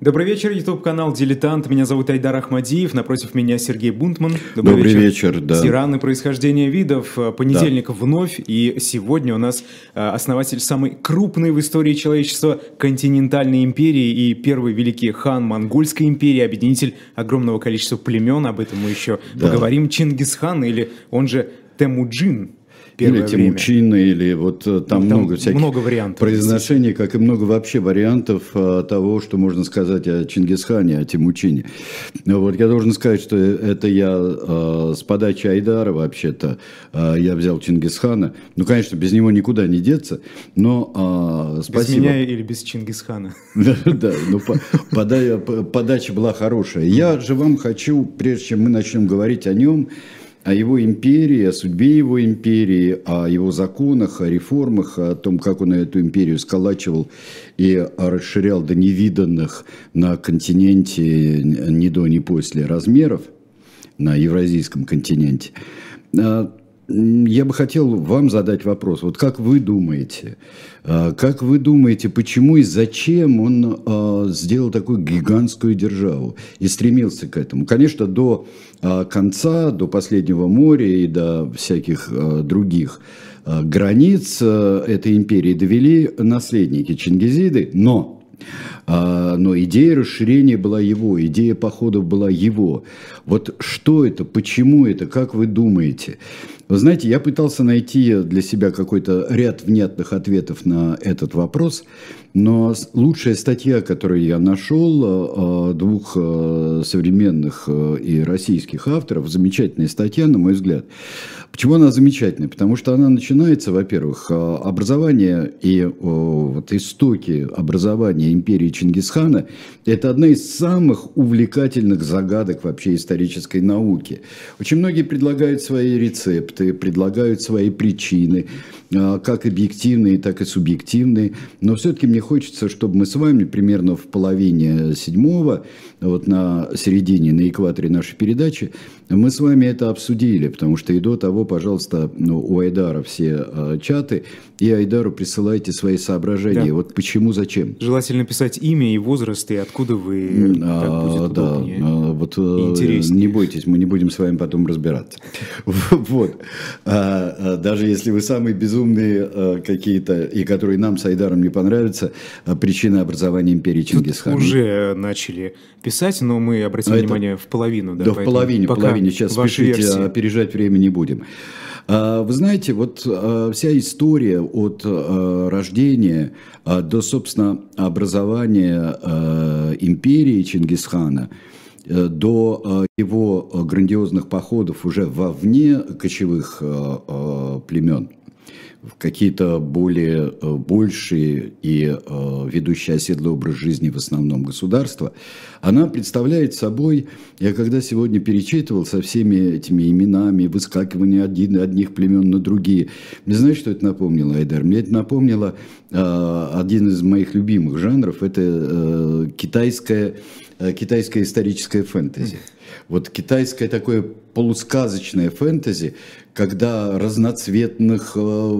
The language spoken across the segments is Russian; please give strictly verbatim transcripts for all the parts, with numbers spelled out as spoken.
Добрый вечер, YouTube-канал «Дилетант». Меня зовут Айдар Ахмадиев, напротив меня Сергей Бунтман. Добрый, Добрый вечер, вечер да. Тираны происхождения видов. Понедельник да. вновь, и сегодня у нас основатель самой крупной в истории человечества континентальной империи и первый великий хан Монгольской империи, объединитель огромного количества племен. Об этом мы еще да. поговорим. Чингисхан, или он же Темуджин. Или Темучин, или вот там, там много всяких много вариантов, произношений, как и много вообще вариантов а, того, что можно сказать о Чингисхане, о Темучине. Вот я должен сказать, что это я а, с подачи Айдара вообще-то а, я взял Чингисхана. Ну, конечно, без него никуда не деться, но а, спасибо. Без меня или без Чингисхана? Да, ну подача была хорошая. Я же вам хочу, прежде чем мы начнем говорить о нем, о его империи, о судьбе его империи, о его законах, о реформах, о том, как он эту империю сколачивал и расширял до невиданных на континенте ни до, ни после размеров, на евразийском континенте. Я бы хотел вам задать вопрос. Вот как вы думаете, как вы думаете, почему и зачем он сделал такую гигантскую державу и стремился к этому? Конечно, до конца, до последнего моря и до всяких других границ этой империи довели наследники Чингизиды, но... Но идея расширения была его, идея походов была его. Вот что это, почему это, как вы думаете? Вы знаете, я пытался найти для себя какой-то ряд внятных ответов на этот вопрос, но лучшая статья, которую я нашел, двух современных и российских авторов, замечательная статья, на мой взгляд. Почему она замечательная? Потому что она начинается, во-первых, образование и вот истоки образования империи Чингисхана – это одна из самых увлекательных загадок вообще исторической науки. Очень многие предлагают свои рецепты, предлагают свои причины, как объективные, так и субъективные. Но все-таки мне хочется, чтобы мы с вами примерно в половине седьмого, вот на середине, на экваторе нашей передачи, мы с вами это обсудили, потому что и до того, пожалуйста, ну, у Айдара все э, чаты, и Айдару присылайте свои соображения. Да. Вот почему, зачем. Желательно писать имя и возраст, и откуда вы, а, так будет удобнее. Да, а, вот, интереснее. Не бойтесь, мы не будем с вами потом разбираться. Вот. Даже если вы самые безумные какие-то, и которые нам с Айдаром не понравятся, причины образования империи Чингисхана. Уже начали писать, но мы обратим внимание в половину. Да, в половине, в половине. Сейчас спешите, опережать время не будем. Вы знаете, вот вся история от рождения до, собственно, образования империи Чингисхана, до его грандиозных походов уже вовне кочевых племен, в какие-то более большие и ведущие оседлый образ жизни в основном государства, она представляет собой, я когда сегодня перечитывал со всеми этими именами, выскакивание один, одних племен на другие, мне знаешь, что это напомнило, Айдар? Мне это напомнило один из моих любимых жанров, это китайское, китайское историческое фэнтези. Вот китайское такое полусказочное фэнтези, когда разноцветных,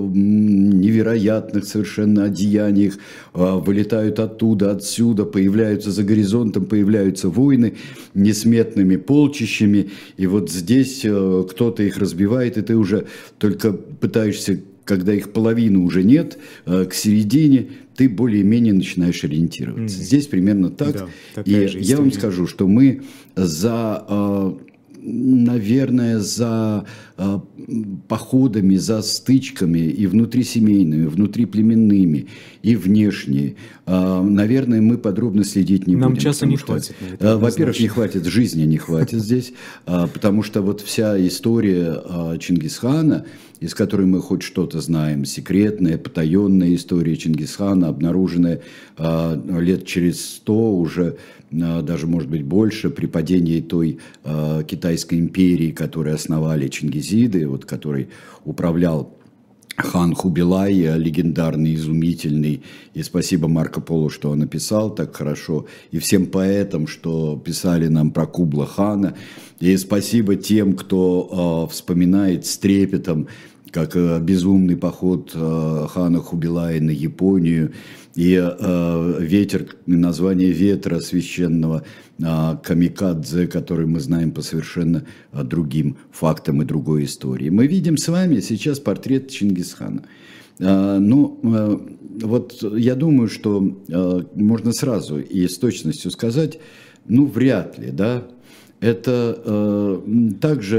невероятных совершенно одеяниях вылетают оттуда, отсюда, появляются за горизонтом, появляются войны несметными полчищами, и вот здесь кто-то их разбивает, и ты уже только пытаешься, когда их половины уже нет, к середине, ты более-менее начинаешь ориентироваться. Mm-hmm. Здесь примерно так. Да, и я вам скажу, что мы за... наверное, за э, походами, за стычками и внутрисемейными, внутриплеменными, и внешние, э, наверное, мы подробно следить не Нам будем. Нам часа не что, хватит. Э, во-первых, не хватит, жизни не хватит здесь, э, потому что вот вся история э, Чингисхана, из которой мы хоть что-то знаем, секретная, потаенная история Чингисхана, обнаруженная э, лет через сто уже, даже, может быть, больше, при падении той э, китайской империи, которую основали чингизиды, вот, который управлял хан Хубилай, легендарный, изумительный, и спасибо Марко Поло, что он написал так хорошо, и всем поэтам, что писали нам про Кубла-хана, и спасибо тем, кто э, вспоминает с трепетом, как безумный поход хана Хубилая на Японию, и э, ветер, название ветра священного, э, камикадзе, который мы знаем по совершенно э, другим фактам и другой истории. Мы видим с вами сейчас портрет Чингисхана. Э, ну, э, вот я думаю, что э, можно сразу и с точностью сказать, ну, вряд ли, да. Это э, также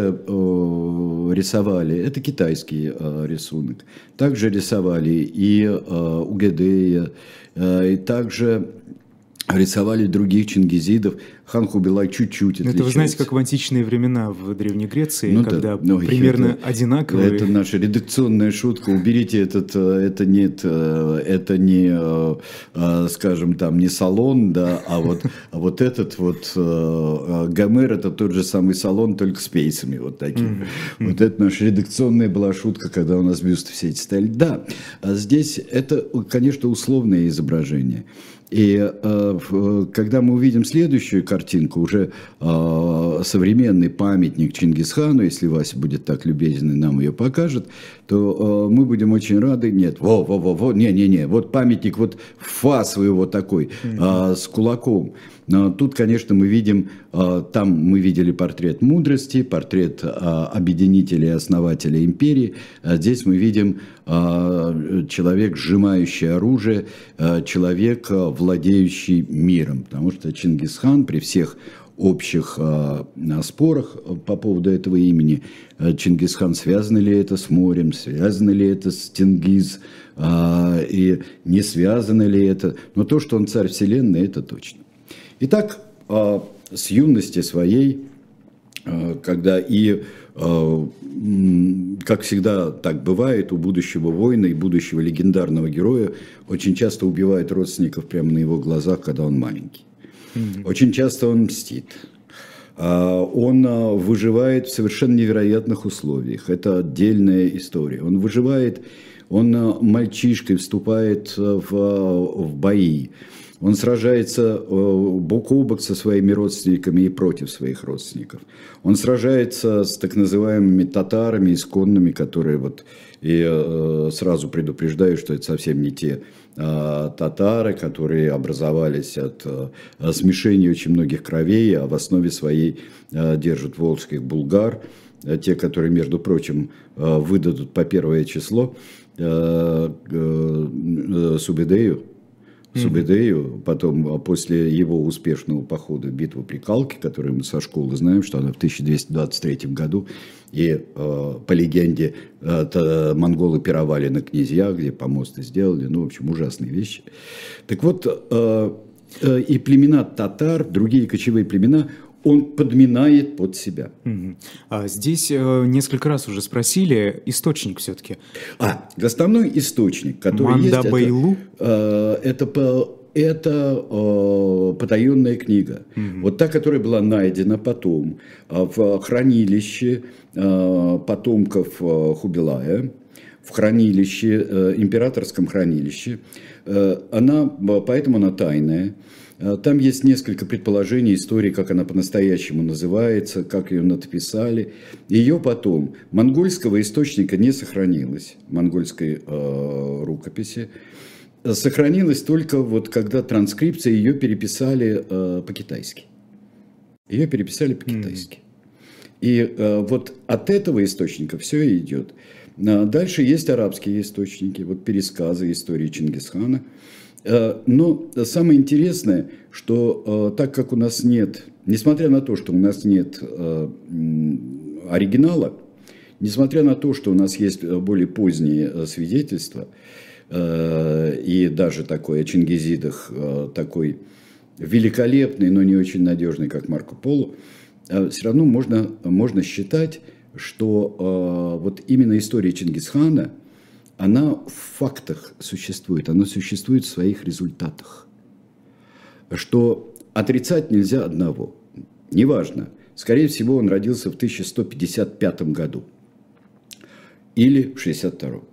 э, рисовали, это китайский э, рисунок, также рисовали и э, Угедея, э, и также рисовали других чингизидов. Хан Хубилай чуть-чуть отличается. Это вы знаете, как в античные времена в Древней Греции, ну, когда да, ну, примерно это, одинаковые. Это наша редакционная шутка. Уберите этот, это нет, это не, скажем, там, не салон, да, а вот, а вот этот вот Гомер, это тот же самый салон, только с пейсами вот такими. Mm-hmm. Вот это наша редакционная была шутка, когда у нас бюсты все эти стояли. Да, здесь это, конечно, условное изображение. И э, когда мы увидим следующую картинку, уже э, современный памятник Чингисхану, если Вася будет так любезен и нам ее покажет, то э, мы будем очень рады. Нет, во-во-во, не-не-не, вот памятник, вот фас его такой, э, с кулаком. Но тут, конечно, мы видим, э, там мы видели портрет мудрости, портрет э, объединителя и основателя империи. А здесь мы видим э, человек, сжимающий оружие, э, человек, э, владеющий миром. Потому что Чингисхан при всех общих э, спорах по поводу этого имени, э, Чингисхан, связано ли это с морем, связано ли это с Тенгиз, э, и не связано ли это. Но то, что он царь вселенной, это точно. Итак, э, с юности своей, э, когда и, э, как всегда так бывает, у будущего воина и будущего легендарного героя очень часто убивают родственников прямо на его глазах, когда он маленький. Mm-hmm. Очень часто он мстит. Он выживает в совершенно невероятных условиях. Это отдельная история. Он выживает, он мальчишкой вступает в, в бои. Он сражается бок о бок со своими родственниками и против своих родственников. Он сражается с так называемыми татарами, исконными, которые вот... И сразу предупреждаю, что это совсем не те татары, которые образовались от смешения очень многих кровей, а в основе своей держат волжских булгар, те, которые, между прочим, выдадут по первое число Субэдэю, Субэдэю, потом после его успешного похода в битву при Калке, которую мы со школы знаем, что она в тысяча двести двадцать третьем году, и э, по легенде э, монголы пировали на князьях, где помосты сделали, ну, в общем, ужасные вещи. Так вот, э, э, и племена татар, другие кочевые племена, он подминает под себя. Угу. А здесь э, несколько раз уже спросили, источник все-таки. А, основной источник, который Мандабэйлу? есть, это, э, это, это э, потаенная книга. Угу. Вот та, которая была найдена потом э, в хранилище э, потомков э, Хубилая, в хранилище, э, императорском хранилище. Э, она, поэтому она тайная. Там есть несколько предположений истории, как она по-настоящему называется, как ее написали. Ее потом, монгольского источника не сохранилось, монгольской э, рукописи. Сохранилось только вот когда транскрипция, ее переписали э, по-китайски. Ее переписали по-китайски. Mm. И э, вот от этого источника все идет. Дальше есть арабские источники, вот пересказы истории Чингисхана. Но самое интересное, что так как у нас нет, несмотря на то, что у нас нет оригинала, несмотря на то, что у нас есть более поздние свидетельства, и даже такой о чингизидах, такой великолепный, но не очень надежный, как Марко Поло, все равно можно, можно считать, что вот именно история Чингисхана, она в фактах существует, она существует в своих результатах. Что отрицать нельзя одного. Неважно, скорее всего, он родился в тысяча сто пятьдесят пятом году или в шестьдесят втором.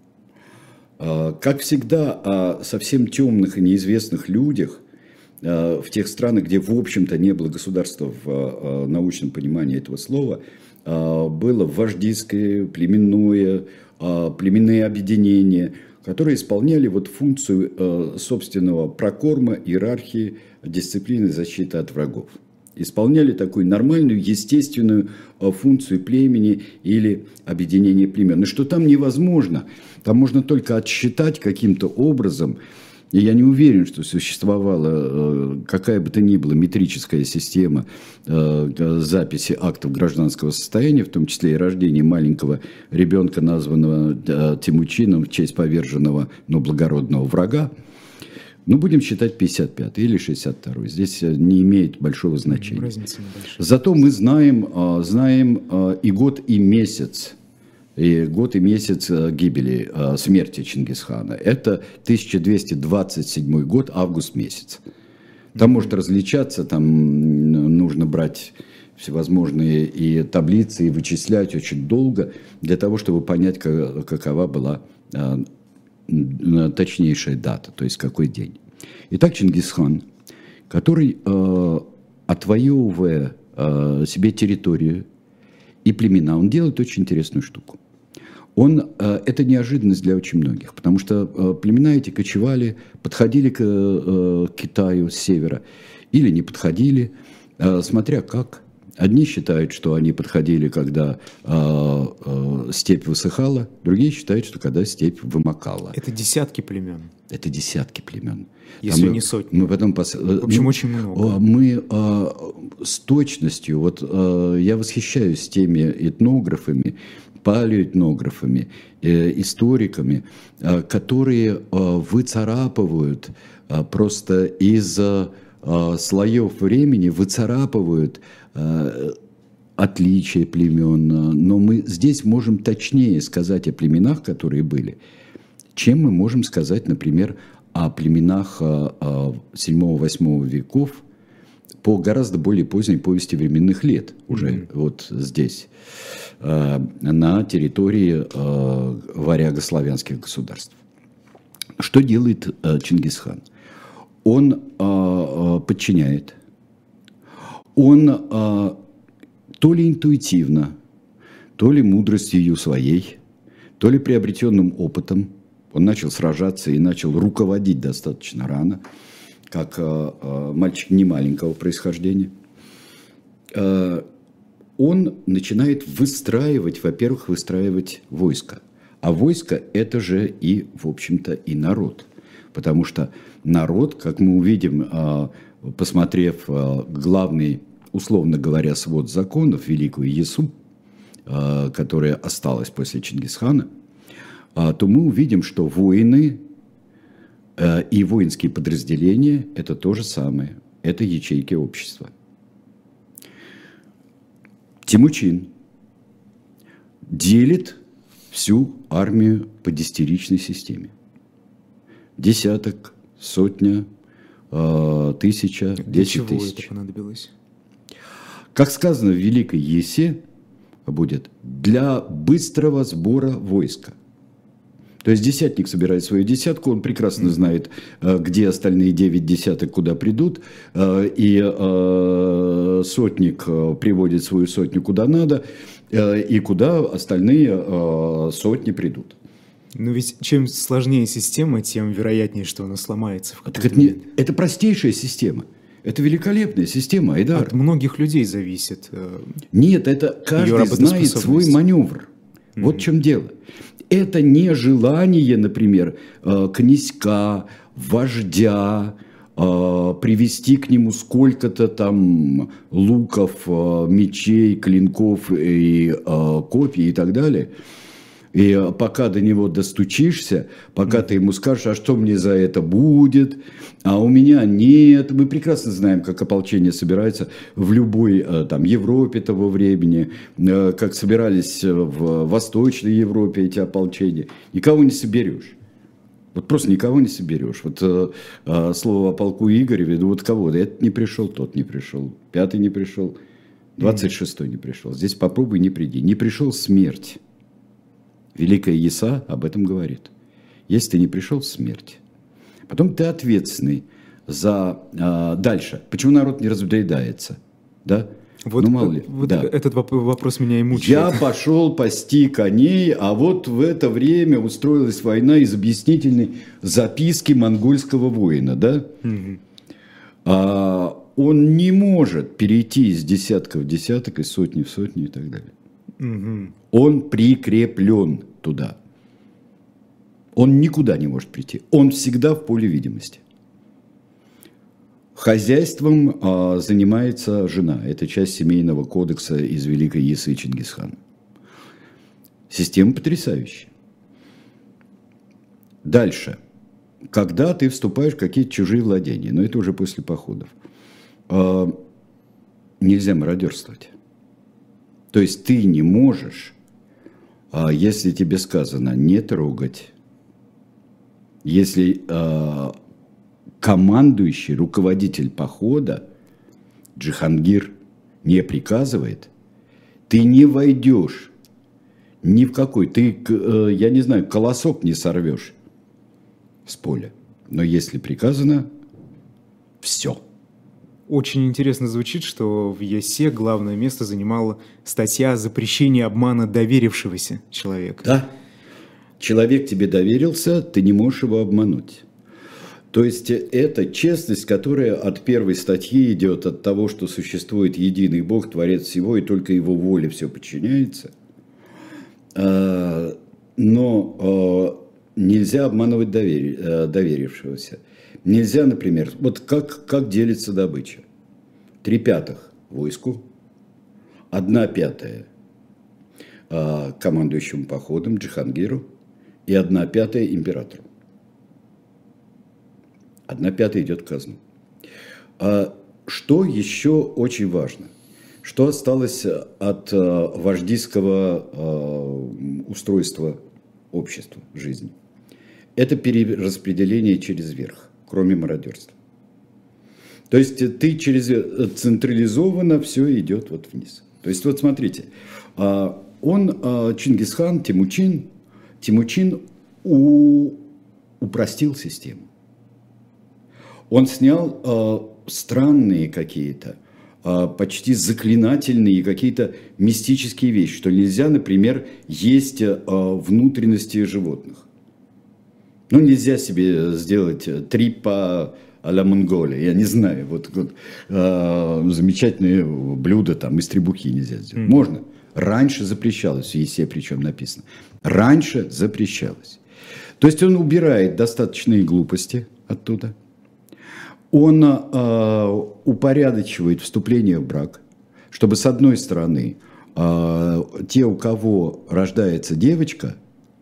Как всегда, о совсем темных и неизвестных людях в тех странах, где, в общем-то, не было государства в научном понимании этого слова, было вождистское, племенное, племенные объединения. которые исполняли вот функцию э, собственного прокорма, иерархии, дисциплины, защиты от врагов. Исполняли такую нормальную, естественную э, функцию племени или объединения племен. И что там невозможно, там можно только отсчитать каким-то образом. И я не уверен, что существовала э, какая бы то ни была метрическая система э, записи актов гражданского состояния, в том числе и рождения маленького ребенка, названного э, Темучином в честь поверженного, но благородного врага. Ну, будем считать пятьдесят пятый или шестьдесят второй. Здесь не имеет большого значения. Разница небольшая. Зато мы знаем, э, знаем э, и год, и месяц. И год и месяц гибели, смерти Чингисхана. Это тысяча двести двадцать седьмой год, август месяц. Там может различаться, там нужно брать всевозможные и таблицы, и вычислять очень долго, для того, чтобы понять, какова была точнейшая дата, то есть какой день. Итак, Чингисхан, который, отвоевывая себе территорию и племена, он делает очень интересную штуку. Он, это неожиданность для очень многих, потому что племена эти кочевали, подходили к, к Китаю с севера или не подходили, смотря как. Одни считают, что они подходили, когда степь высыхала, другие считают, что когда степь вымокала. Это десятки племен. Это десятки племен. Если мы, не сотни. Мы потом пос... В общем, мы, очень много. Мы а, с точностью, вот а, я восхищаюсь теми этнографами, палеоэтнографами, э, историками, э, которые э, выцарапывают э, просто из э, слоев времени, выцарапывают э, отличия племен. Но мы здесь можем точнее сказать о племенах, которые были, чем мы можем сказать, например, о племенах седьмого-восьмого веков по гораздо более поздней повести временных лет, уже mm-hmm. вот здесь, на территории варяго-славянских государств. Что делает Чингисхан? Он подчиняет, он то ли интуитивно, то ли мудростью своей, то ли приобретенным опытом, он начал сражаться и начал руководить достаточно рано, как мальчик не маленького происхождения. Он начинает выстраивать, во-первых, выстраивать войско. А войско – это же и, в общем-то, и народ. Потому что народ, как мы увидим, посмотрев главный, условно говоря, свод законов, Великую Ясу, которая осталась после Чингисхана, то мы увидим, что воины и воинские подразделения – это то же самое. Это ячейки общества. Темучин делит всю армию по десятиричной системе. Десяток, сотня, тысяча, десять тысяч. Это понадобилось? Как сказано в Великой Ясе, будет для быстрого сбора войска. То есть десятник собирает свою десятку, он прекрасно знает, где остальные девять десяток куда придут, и сотник приводит свою сотню куда надо, и куда остальные сотни придут. Но ведь чем сложнее система, тем вероятнее, что она сломается. В так это, не, это простейшая система. Это великолепная система, Айдар. От многих людей зависит. Нет, это каждый знает свой маневр. Mm-hmm. Вот в чем дело. Это не желание, например, князька, вождя, привести к нему сколько-то там луков, мечей, клинков и копий и так далее. И пока до него достучишься, пока ты ему скажешь, а что мне за это будет, а у меня нет. Мы прекрасно знаем, как ополчение собирается в любой там, Европе того времени, как собирались в Восточной Европе эти ополчения. Никого не соберешь. Вот просто никого не соберешь. Вот э, слово о полку Игореве, ну вот кого? Этот не пришел, тот не пришел, пятый не пришел, двадцать шестой не пришел. Здесь попробуй не приди. Не пришел — смерть. Великая Яса об этом говорит. Если ты не пришел — смерть. Потом ты ответственный за... Э, дальше. Почему народ не разуедается? Да? Вот, ну, мало ли. Вот да. Этот вопрос меня и мучает. Я пошел пасти коней, а вот в это время устроилась война из объяснительной записки монгольского воина, да? Угу. А, он не может перейти из десятка в десяток, из сотни в сотню и так далее. Угу. Он прикреплен туда. Он никуда не может прийти. Он всегда в поле видимости. Хозяйством а, занимается жена. Это часть семейного кодекса из Великой Ясы Чингисхана. Система потрясающая. Дальше. Когда ты вступаешь в какие-то чужие владения, но это уже после походов, а, нельзя мародерствовать. То есть ты не можешь, а, если тебе сказано не трогать, если... А, командующий, руководитель похода, Джихангир, не приказывает, ты не войдешь ни в какой, ты, я не знаю, колосок не сорвешь с поля. Но если приказано, все. Очень интересно звучит, что в ЕСЕ главное место занимала статья о запрещении обмана доверившегося человека. Да. Человек тебе доверился, ты не можешь его обмануть. То есть это честность, которая от первой статьи идет, от того, что существует единый Бог, Творец всего, и только Его воле все подчиняется. Но нельзя обманывать доверившегося. Нельзя, например, вот как, как делится добыча. Три пятых войску, одна пятая командующему походом Джихангиру и одна пятая императору. Одна пятая идет в казну. А что еще очень важно? Что осталось от вождийского устройства общества, жизни? Это перераспределение через верх, кроме мародерства. То есть ты через централизованно все идет вот вниз. То есть вот смотрите, он, Чингисхан, Темучин, Темучин у, упростил систему. Он снял э, странные какие-то, э, почти заклинательные какие-то мистические вещи, что нельзя, например, есть э, внутренности животных. Ну, нельзя себе сделать трипа а-ля Монголия, я не знаю, вот, вот э, замечательные блюда там из требухи нельзя сделать. Mm. Можно. Раньше запрещалось, в ЕСЕ причем написано. Раньше запрещалось. То есть он убирает достаточные глупости оттуда. Он э, упорядочивает вступление в брак, чтобы, с одной стороны, э, те, у кого рождается девочка,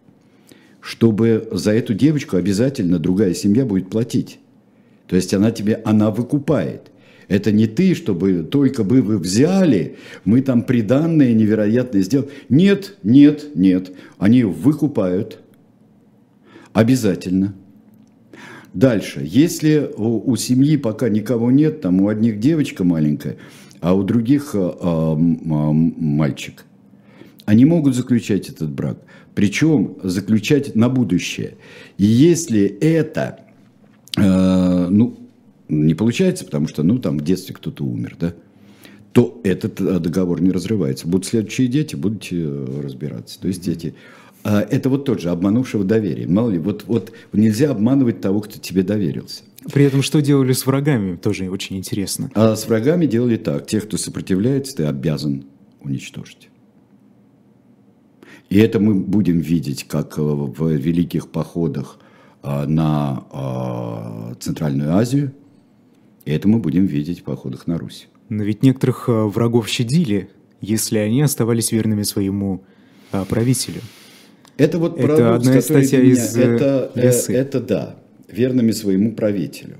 чтобы за эту девочку обязательно другая семья будет платить. То есть она тебе, она выкупает. Это не ты, чтобы только бы вы взяли, мы там приданное невероятное сделали. Нет, нет, нет. Они выкупают обязательно. Дальше, если у, у семьи пока никого нет, там у одних девочка маленькая, а у других а, а, мальчик, они могут заключать этот брак, причем заключать на будущее. И если это, э, ну, не получается, потому что, ну, там в детстве кто-то умер, да, то этот договор не разрывается. Будут следующие дети, будете разбираться. То есть эти... Это вот тот же обманувшего доверие. Мало ли, вот, вот нельзя обманывать того, кто тебе доверился. При этом что делали с врагами, тоже очень интересно. А с врагами делали так. Тех, кто сопротивляется, ты обязан уничтожить. И это мы будем видеть, как в великих походах на Центральную Азию. И это мы будем видеть в походах на Русь. Но ведь некоторых врагов щадили, если они оставались верными своему правителю. Это вот это парадокс, одна из статья меня, из это, ЕСы. Это да, верными своему правителю.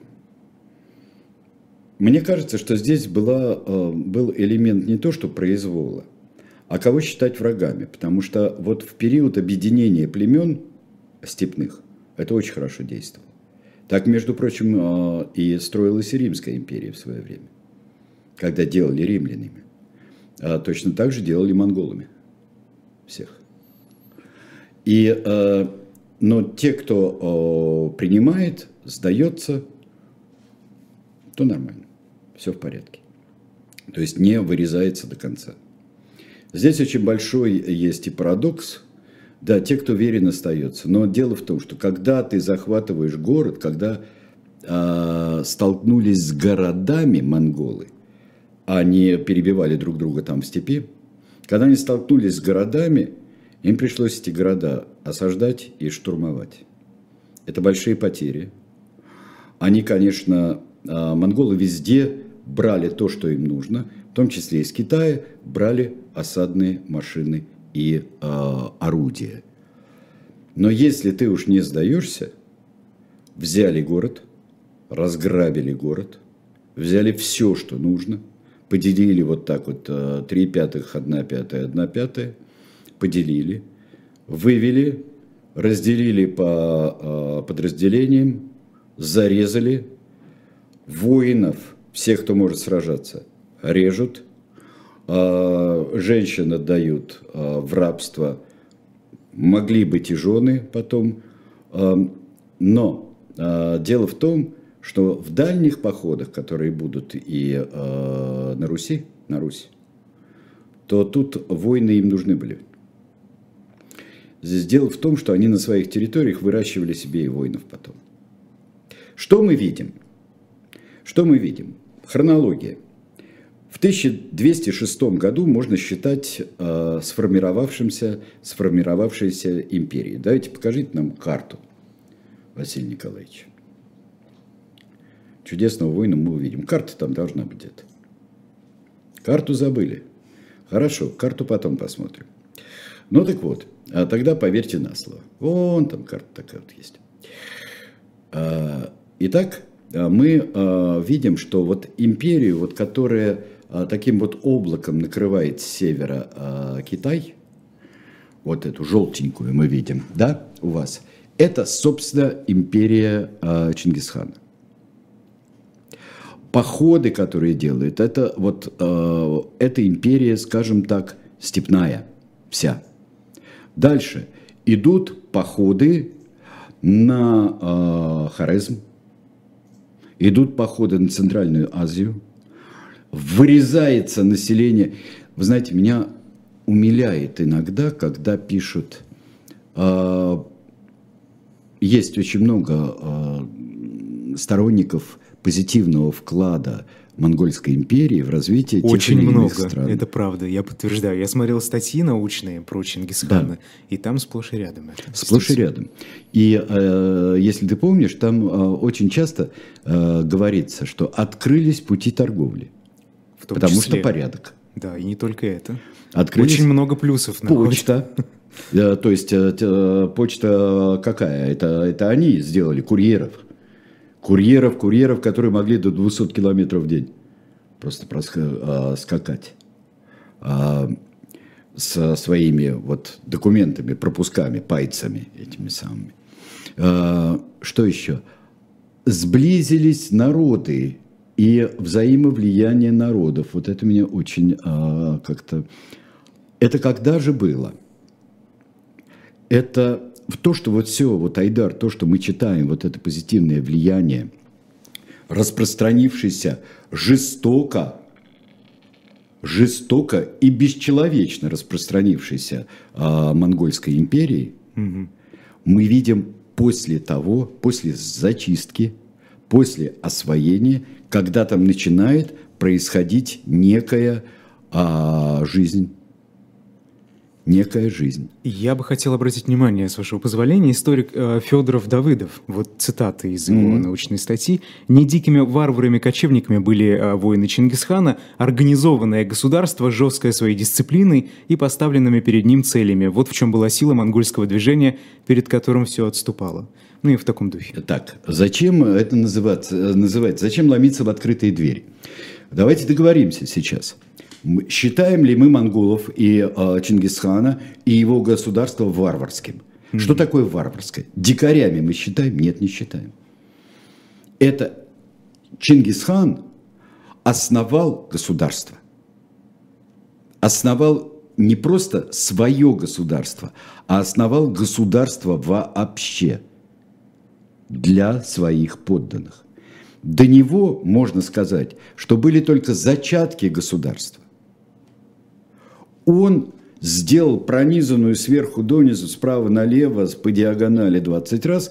Мне кажется, что здесь была, был элемент не то, что произвола, а кого считать врагами. Потому что вот в период объединения племен степных это очень хорошо действовало. Так, между прочим, и строилась и Римская империя в свое время, когда делали римлянами. А точно так же делали монголами всех. И, э, но те, кто э, принимает, сдается, то нормально, все в порядке. То есть не вырезается до конца. Здесь очень большой есть и парадокс. Да, те, кто верен, остается. Но дело в том, что когда ты захватываешь город, когда э, столкнулись с городами монголы, они перебивали друг друга там в степи, когда они столкнулись с городами, им пришлось эти города осаждать и штурмовать. Это большие потери. Они, конечно, э, монголы везде брали то, что им нужно, в том числе из Китая, брали осадные машины и э, орудия. Но если ты уж не сдаешься, взяли город, разграбили город, взяли все, что нужно, поделили вот так вот э, три пятых, одна пятая, одна пятая, поделили, вывели, разделили по э, подразделениям, зарезали воинов, всех, кто может сражаться, режут, женщин отдают в рабство, могли быть и жены потом, но дело в том, что в дальних походах, которые будут и на Руси, на Русь, то тут войны им нужны были. Здесь дело в том, что они на своих территориях выращивали себе и воинов потом. Что мы видим? Что мы видим? Хронология. В тысяча двести шестом году можно считать э, сформировавшимся, сформировавшейся империей. Давайте покажите нам карту, Василий Николаевич. Чудесного воина мы увидим. Карта там должна быть где-то. Карту забыли. Хорошо, карту потом посмотрим. Ну так вот, а тогда поверьте на слово. Вон там карта такая вот есть. А, итак, мы а, видим, что вот империю, вот, которая а, таким вот облаком накрывает с севера а, Китай, вот эту желтенькую мы видим, да, у вас, это, собственно, империя а, Чингисхана. Походы, которые делают, это вот э, эта империя, скажем так, степная вся. Дальше идут походы на э, Хорезм, идут походы на Центральную Азию, вырезается население. Вы знаете, меня умиляет иногда, когда пишут, э, есть очень много э, сторонников позитивного вклада Монгольской империи в развитие тех очень или иных много, стран. Это правда, я подтверждаю. Я смотрел статьи научные про Чингисхана, да. И там сплошь и рядом это. Сплошь и рядом. И э, если ты помнишь, там э, очень часто э, говорится, что открылись пути торговли. В том потому числе, что порядок. Да, и не только это. Открылись очень много плюсов. Почта. То есть почта какая? Это, это они сделали, курьеров. Курьеров, курьеров, которые могли до двухсот километров в день просто проска- скакать а, со своими вот документами, пропусками, пайцами этими самыми. А, что еще? Сблизились народы и взаимовлияние народов. Вот это меня очень а, как-то... Это когда же было? Это... То, что вот все, вот Айдар, то, что мы читаем, вот это позитивное влияние, распространившееся жестоко, жестоко и бесчеловечно распространившейся а, Монгольской империей, угу. мы видим после того, после зачистки, после освоения, когда там начинает происходить некая а, жизнь. Некая жизнь. Я бы хотел обратить внимание, с вашего позволения, историк э, Федоров Давыдов, вот цитаты из его mm-hmm. научной статьи. «Не дикими варварами-кочевниками были э, воины Чингисхана, организованное государство, жесткое своей дисциплиной и поставленными перед ним целями. Вот в чем была сила монгольского движения, перед которым все отступало». Ну и в таком духе. Так, зачем это называется? называется? Зачем ломиться в открытые двери? Давайте договоримся сейчас. Считаем ли мы монголов и э, Чингисхана и его государство варварским? Mm-hmm. Что такое варварское? Дикарями мы считаем? Нет, не считаем. Это Чингисхан основал государство. Основал не просто свое государство, а основал государство вообще для своих подданных. До него, можно сказать, что были только зачатки государства. Он сделал пронизанную сверху донизу, справа налево, по диагонали двадцать раз,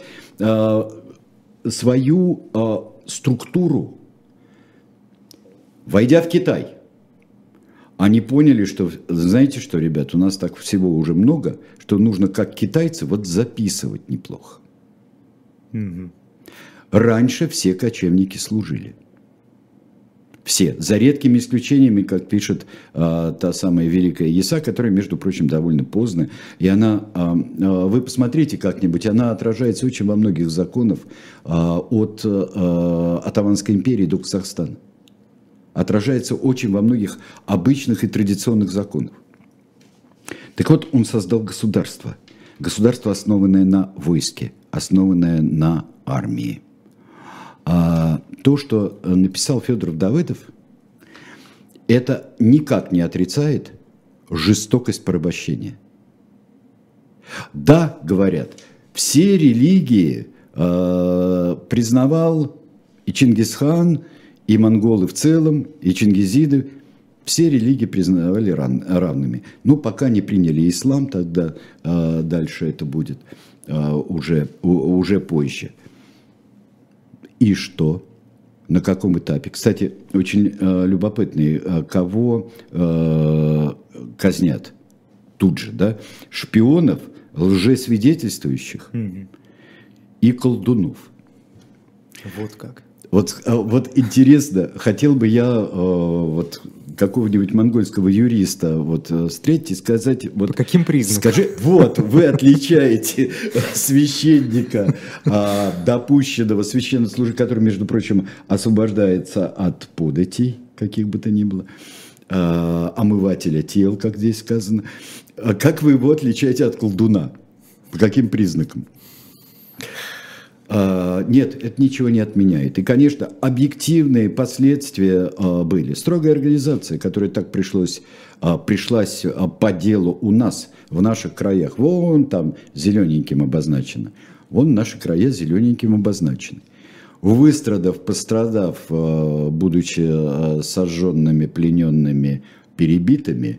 свою структуру. Войдя в Китай, они поняли, что, знаете что, ребят, у нас так всего уже много, что нужно, как китайцы, вот записывать неплохо. Mm-hmm. Раньше все кочевники служили. Все, за редкими исключениями, как пишет а, та самая великая Яса, которая, между прочим, довольно поздно. И она, а, а, вы посмотрите как-нибудь, она отражается очень во многих законах а, от а, Отtomанской империи до Казахстана. Отражается очень во многих обычных и традиционных законах. Так вот, он создал государство. Государство, основанное на войске, основанное на армии. А то, что написал Федоров Давыдов, это никак не отрицает жестокость порабощения. Да, говорят, все религии э, признавал и Чингисхан, и монголы в целом, и чингизиды, все религии признавали ран, равными. Но пока не приняли ислам, тогда э, дальше это будет э, уже, у, уже позже. И что? На каком этапе? Кстати, очень э, любопытный, э, кого э, казнят тут же, да? Шпионов, лжесвидетельствующих mm-hmm. и колдунов. Вот как. Вот, вот интересно, хотел бы я э, вот, какого-нибудь монгольского юриста вот, встретить и сказать... Вот, по каким признакам? Скажи, вот, вы отличаете священника, э, допущенного священнослужителя, который, между прочим, освобождается от податей, каких бы то ни было, э, омывателя тел, как здесь сказано. Как вы его отличаете от колдуна? По каким признакам? Нет, это ничего не отменяет. И, конечно, объективные последствия были. Строгая организация, которая так пришлось, пришлась по делу у нас, в наших краях. Вон там зелененьким обозначено. Вон наши края зелененьким обозначены. Выстрадав, пострадав, будучи сожженными, плененными, перебитыми,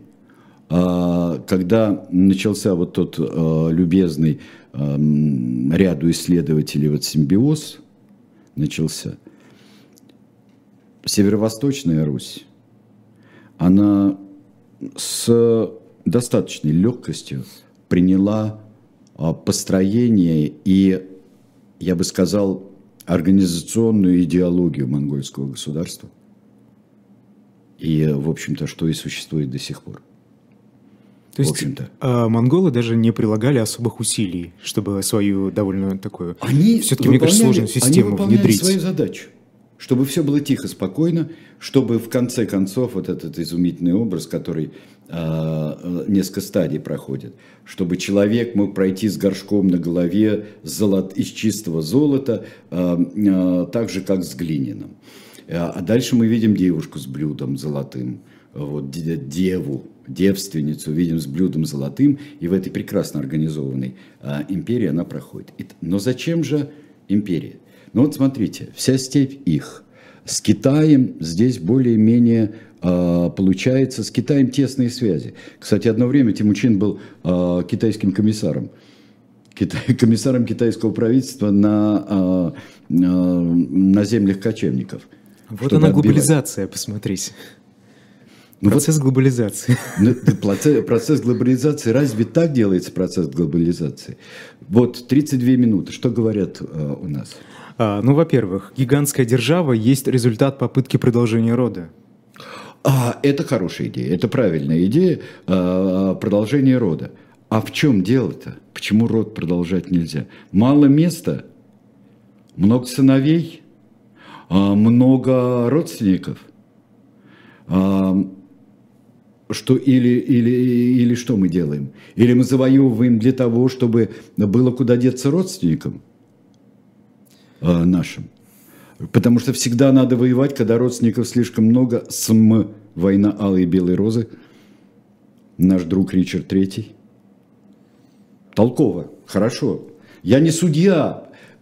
когда начался вот тот любезный ряду исследователей вот симбиоз начался, Северо-Восточная Русь, она с достаточной легкостью приняла построение и, я бы сказал, организационную идеологию монгольского государства. И, в общем-то, что и существует до сих пор. То есть а, монголы даже не прилагали особых усилий, чтобы свою довольно такую, они все-таки, мне кажется, сложную систему они внедрить. Свою задачу, чтобы все было тихо, спокойно, чтобы в конце концов вот этот изумительный образ, который а, несколько стадий проходит, чтобы человек мог пройти с горшком на голове золот, из чистого золота, а, а, так же, как с глиняным. А дальше мы видим девушку с блюдом золотым, вот, деву, девственницу видим с блюдом золотым, и в этой прекрасно организованной а, империи она проходит. И, но зачем же империя? Ну вот смотрите, вся степь их. С Китаем здесь более-менее а, получается, с Китаем тесные связи. Кстати, одно время Темучин был а, китайским комиссаром. Китай, комиссаром китайского правительства на, а, а, на землях кочевников. Вот она глобализация, посмотрите. Ну, процесс вот, глобализации. Ну, процесс, процесс глобализации. Разве так делается процесс глобализации? Вот тридцать две минуты. Что говорят э, у нас? А, ну, во-первых, гигантская держава есть результат попытки продолжения рода. А, это хорошая идея. Это правильная идея э, продолжения рода. А в чем дело-то? Почему род продолжать нельзя? Мало места, много сыновей, э, много родственников. Э, Что, или, или, или что мы делаем? Или мы завоевываем для того, чтобы было куда деться родственникам э, нашим? Потому что всегда надо воевать, когда родственников слишком много. СМ, война алой и белой розы. Наш друг Ричард Третий. Толково, хорошо. Я не судья.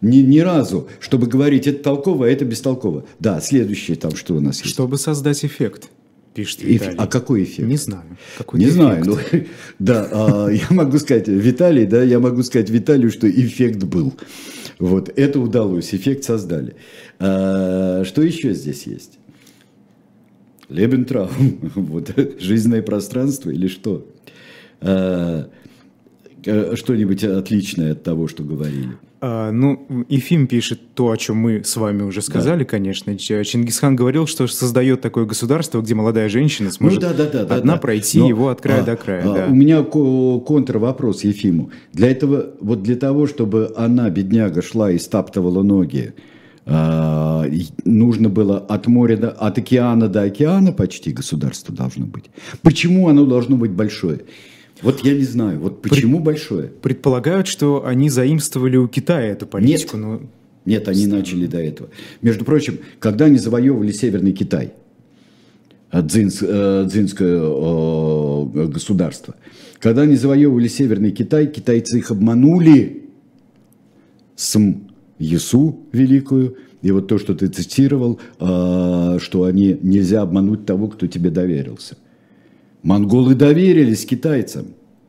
Ни, ни разу, чтобы говорить, это толково, а это бестолково. Да, следующее там, что у нас есть. Чтобы создать эффект, пишет Виталий. А какой эффект? Не знаю. Не знаю. Ну, да, а, я могу сказать, Виталий, да, я могу сказать Виталию, что эффект был. Вот, это удалось, эффект создали. А, что еще здесь есть? Лебентраум, вот, жизненное пространство или что? А, что-нибудь отличное от того, что говорили? А, ну, Ефим пишет то, о чем мы с вами уже сказали, да. Конечно. Чингисхан говорил, что создает такое государство, где молодая женщина сможет ну, да, да, да, одна да, пройти да. его от края а, до края. А, да. У меня контрвопрос Ефиму. Для этого, вот для того, чтобы она, бедняга, шла и стаптывала ноги, а, нужно было от моря, до, от океана до океана почти государство должно быть. Почему оно должно быть большое? Вот я не знаю, вот почему Пред... большое? Предполагают, что они заимствовали у Китая эту политику. Нет, но... Нет они Странно. начали до этого. Между прочим, когда они завоевывали Северный Китай, дзинс, дзинское государство, когда они завоевывали Северный Китай, китайцы их обманули См Ясу великую, и вот то, что ты цитировал, что они нельзя обмануть того, кто тебе доверился. Монголы доверились китайцам.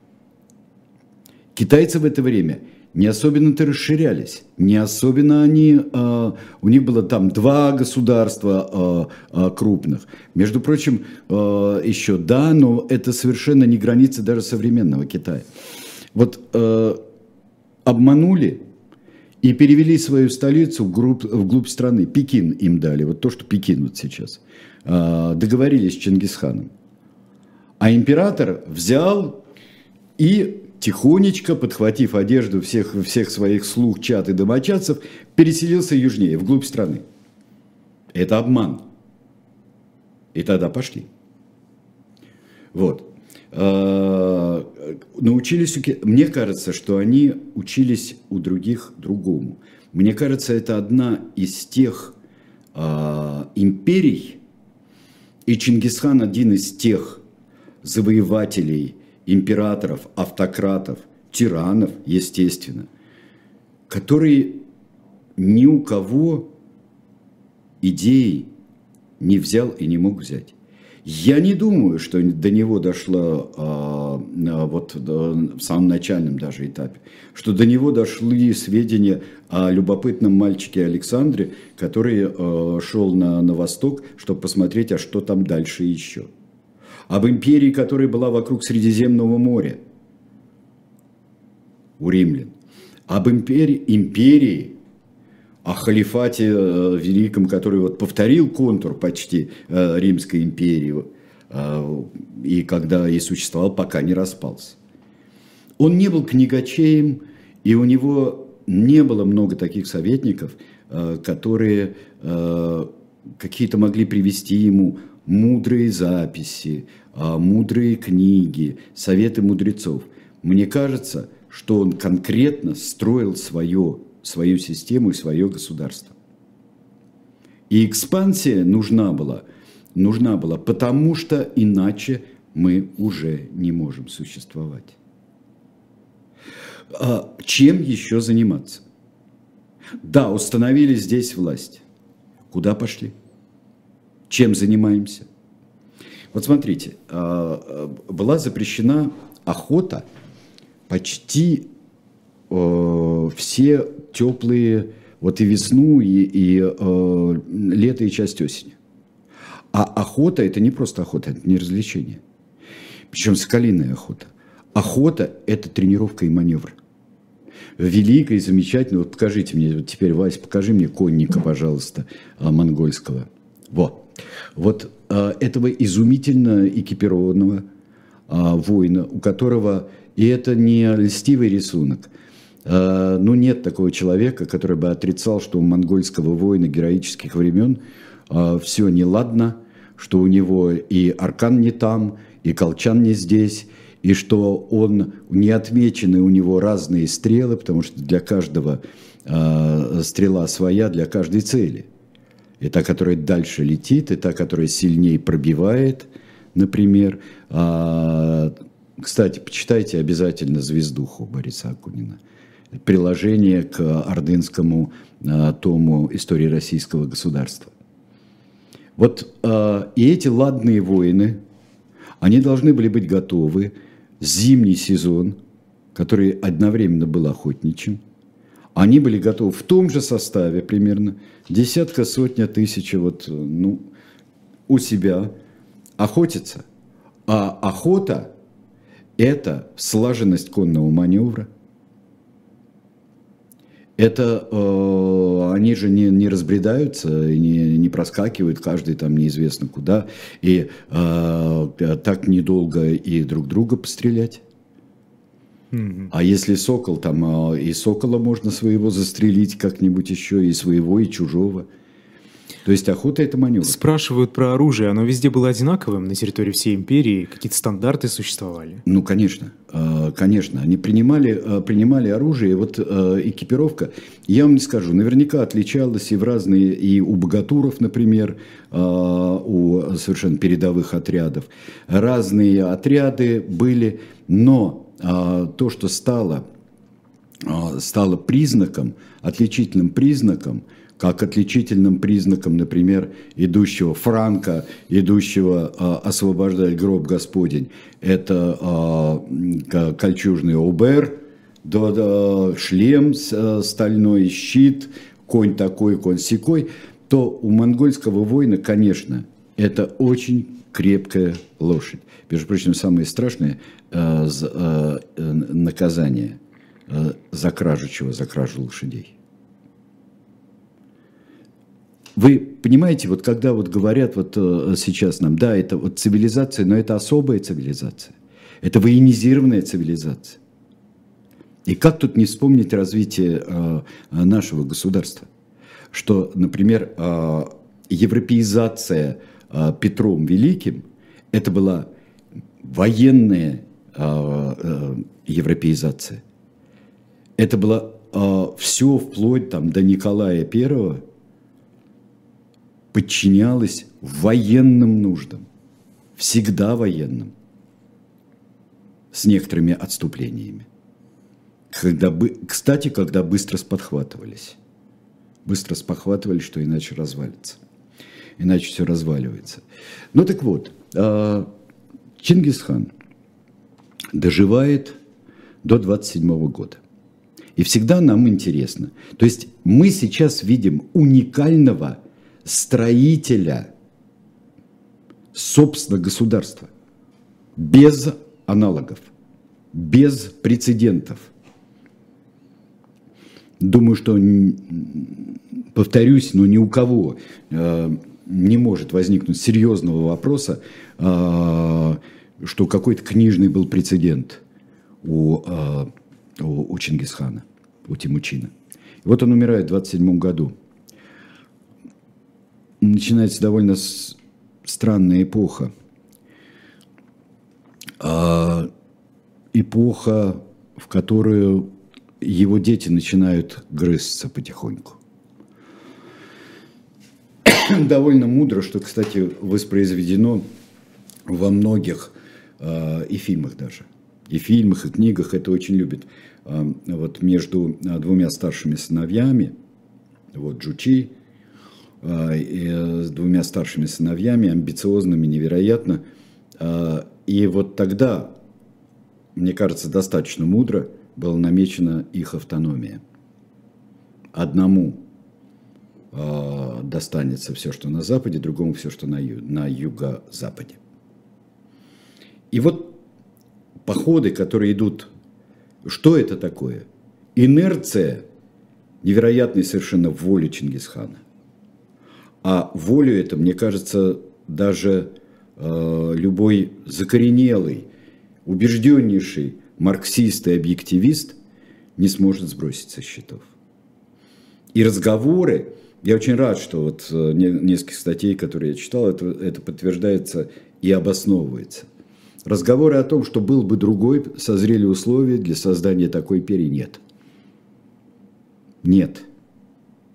Китайцы в это время не особенно-то расширялись, не особенно они, э, у них было там два государства э, э, крупных. Между прочим, э, еще да, но это совершенно не границы даже современного Китая. Вот э, обманули и перевели свою столицу вглубь, вглубь страны. Пекин им дали, вот то, что Пекин вот сейчас. Э, договорились с Чингисханом. А император взял и тихонечко, подхватив одежду всех, всех своих слуг, чад и домочадцев, переселился южнее, вглубь страны. Это обман. И тогда пошли. Вот. Научились, мне кажется, что они учились у других другому. Мне кажется, это одна из тех империй, и Чингисхан один из тех завоевателей, императоров, автократов, тиранов, естественно, которые ни у кого идеи не взял и не мог взять. Я не думаю, что до него дошло а, вот, в самом начальном даже этапе, что до него дошли сведения о любопытном мальчике Александре, который а, шел на, на восток, чтобы посмотреть, а что там дальше еще. Об империи, которая была вокруг Средиземного моря у римлян, об империи, империи, о халифате э, великом, который вот повторил контур почти э, Римской империи, э, и когда и существовал, пока не распался. Он не был книгачеем, и у него не было много таких советников, э, которые э, какие-то могли привести ему мудрые записи, мудрые книги, советы мудрецов. Мне кажется, что он конкретно строил свое, свою систему и свое государство. И экспансия нужна была, нужна была, потому что иначе мы уже не можем существовать. А чем еще заниматься? Да, установили здесь власть. Куда пошли? Чем занимаемся? Вот смотрите, была запрещена охота почти все теплые, вот и весну, и, и лето, и часть осени. А охота – это не просто охота, это не развлечение. Причем соколиная охота. Охота – это тренировка и маневр. Великая и замечательная. Вот покажите мне, вот теперь, Вась, покажи мне конника, пожалуйста, монгольского. Вот. Вот а, этого изумительно экипированного а, воина, у которого, и это не льстивый рисунок, а, ну нет такого человека, который бы отрицал, что у монгольского воина героических времен а, все неладно, что у него и аркан не там, и колчан не здесь, и что он не отмечены у него разные стрелы, потому что для каждого а, стрела своя, для каждой цели. И та, которая дальше летит, и та, которая сильнее пробивает, например. А, кстати, почитайте обязательно «Звездуху» Бориса Акунина. приложение к ордынскому э, тому истории российского государства. Вот э, и эти ладные воины, они должны были быть готовы. Зимний сезон, который одновременно был охотничьим, они были готовы в том же составе примерно, десятка, сотня, тысяча вот, ну, у себя охотиться. А охота – это слаженность конного маневра. Это э, они же не, не разбредаются, не, не проскакивают каждый там неизвестно куда, и э, так недолго и друг друга пострелять. Mm-hmm. А если сокол, там и сокола можно своего застрелить как-нибудь еще, и своего, и чужого. То есть охота – это маневр. Спрашивают про оружие. Оно везде было одинаковым на территории всей империи? Какие-то стандарты существовали? Ну, конечно. Конечно. Они принимали, принимали оружие. Вот экипировка, я вам не скажу, наверняка отличалась и в разные, и у богатуров, например, у совершенно передовых отрядов. Разные отряды были, но то, что стало, стало признаком, отличительным признаком, как отличительным признаком, например, идущего Франка, идущего э, освобождать гроб Господень, это э, кольчужный обер, да, да, шлем э, стальной, щит, конь такой, конь сякой, то у монгольского воина, конечно, это очень крепкая лошадь. Между прочим, самое страшное э, э, наказание э, за кражу чего? За кражу лошадей. Вы понимаете, вот когда вот говорят вот сейчас нам, да, это вот цивилизация, но это особая цивилизация, это военизированная цивилизация. И как тут не вспомнить развитие э, нашего государства? Что, например, э, европеизация э, Петром Великим, это была военная э, э, европеизация. Это было э, все вплоть там, до Николая Первого, подчинялась военным нуждам, всегда военным, с некоторыми отступлениями. Когда, кстати, когда быстро сподхватывались. Быстро спохватывались, что иначе развалится. Иначе все разваливается. Ну так вот, Чингисхан доживает до двадцать седьмого года. И всегда нам интересно. То есть мы сейчас видим уникального строителя, собственно, государства, без аналогов, без прецедентов. Думаю, что, повторюсь, но ни у кого э, не может возникнуть серьезного вопроса, э, что какой-то книжный был прецедент у, э, у, у Чингисхана, у Темучина. И вот он умирает в двадцать седьмом году. Начинается довольно странная эпоха. А, эпоха, в которую его дети начинают грызться потихоньку. Довольно мудро, что, кстати, воспроизведено во многих а, и фильмах даже. И фильмах, и книгах это очень любят. А, вот между двумя старшими сыновьями, вот Джучи, с двумя старшими сыновьями, амбициозными, невероятно. И вот тогда, мне кажется, достаточно мудро была намечена их автономия. Одному достанется все, что на Западе, другому все, что на, ю- на юго-западе. И вот походы, которые идут, что это такое? Инерция невероятной совершенно воли Чингисхана. А волю это, мне кажется, даже э, любой закоренелый, убежденнейший марксист и объективист не сможет сбросить со счетов. И разговоры, я очень рад, что вот э, несколько статей, которые я читал, это, это подтверждается и обосновывается. Разговоры о том, что был бы другой, созрели условия для создания такой империи, нет. Нет.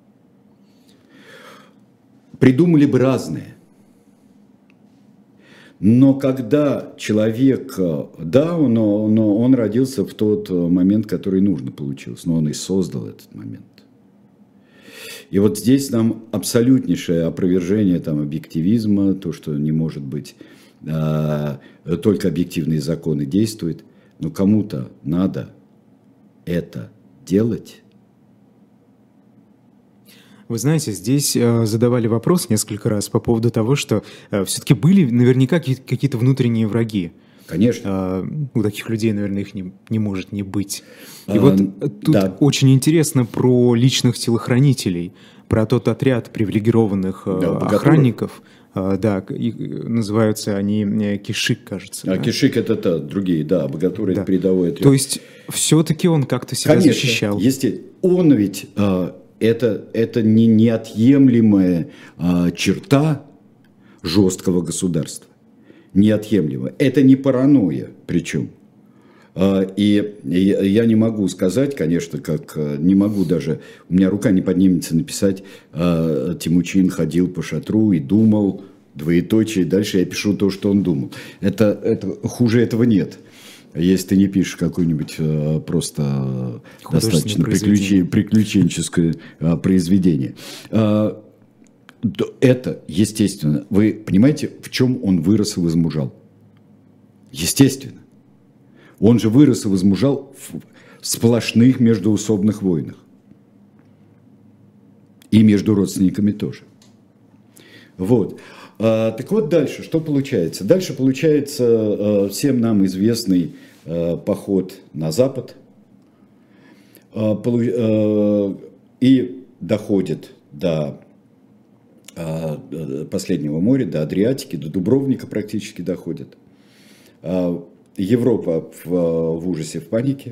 Придумали бы разные. Но когда человек, да, но, но он родился в тот момент, который нужно получился, но он и создал этот момент. И вот здесь нам абсолютнейшее опровержение там, объективизма, то, что не может быть, а, только объективные законы действуют, но кому-то надо это делать. Вы знаете, здесь э, задавали вопрос несколько раз по поводу того, что э, все-таки были наверняка какие-то внутренние враги. Конечно. Э, у таких людей, наверное, их не, не может не быть. И а, вот тут да. очень интересно про личных телохранителей, про тот отряд привилегированных э, да, охранников. Э, да, и, называются они э, Кишик, кажется. А да? Кишик это то, другие, да, богатуры да. это передовой отряд. То есть все-таки он как-то себя Конечно, защищал. Естественно. Он ведь... Э, Это, это не неотъемлемая а, черта жесткого государства. Неотъемлемая. Это не паранойя причем. А, и, и я не могу сказать, конечно, как не могу даже, у меня рука не поднимется написать, а, Темучин ходил по шатру и думал, двоеточие, дальше я пишу то, что он думал. Это, это, хуже этого нет. Если ты не пишешь какое-нибудь э, просто достаточно приключен, приключенческое э, произведение. Э, это, естественно, вы понимаете, в чем он вырос и возмужал? Естественно. Он же вырос и возмужал в сплошных междоусобных войнах. И между родственниками тоже. Вот. А, так вот дальше, что получается? Дальше получается а, всем нам известный а, поход на запад а, полу, а, и доходит до а, последнего моря, до Адриатики, до Дубровника практически доходит. А, Европа в, в ужасе, в панике.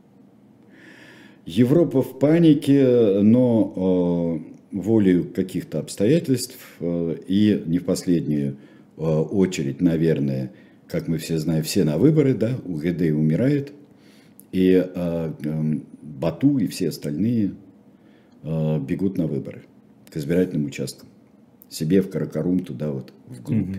Европа в панике, но... А, волею каких-то обстоятельств и не в последнюю очередь, наверное, как мы все знаем, все на выборы, да, УГД умирает, и Бату и все остальные бегут на выборы к избирательным участкам, себе в Каракарум, туда вот, вглубь.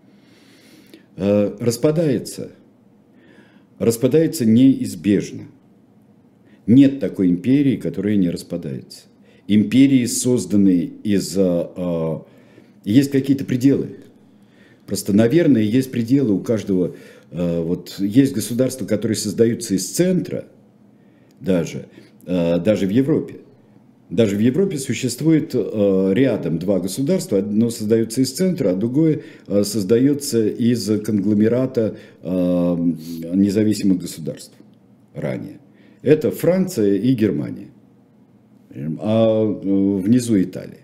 Mm-hmm. Распадается, распадается неизбежно. Нет такой империи, которая не распадается. Империи, созданные из... Э, есть какие-то пределы. Просто, наверное, есть пределы у каждого. Э, вот есть государства, которые создаются из центра, даже, э, даже в Европе. Даже в Европе существует э, рядом два государства. Одно создается из центра, а другое э, создается из конгломерата э, независимых государств ранее. Это Франция и Германия. А внизу Италия.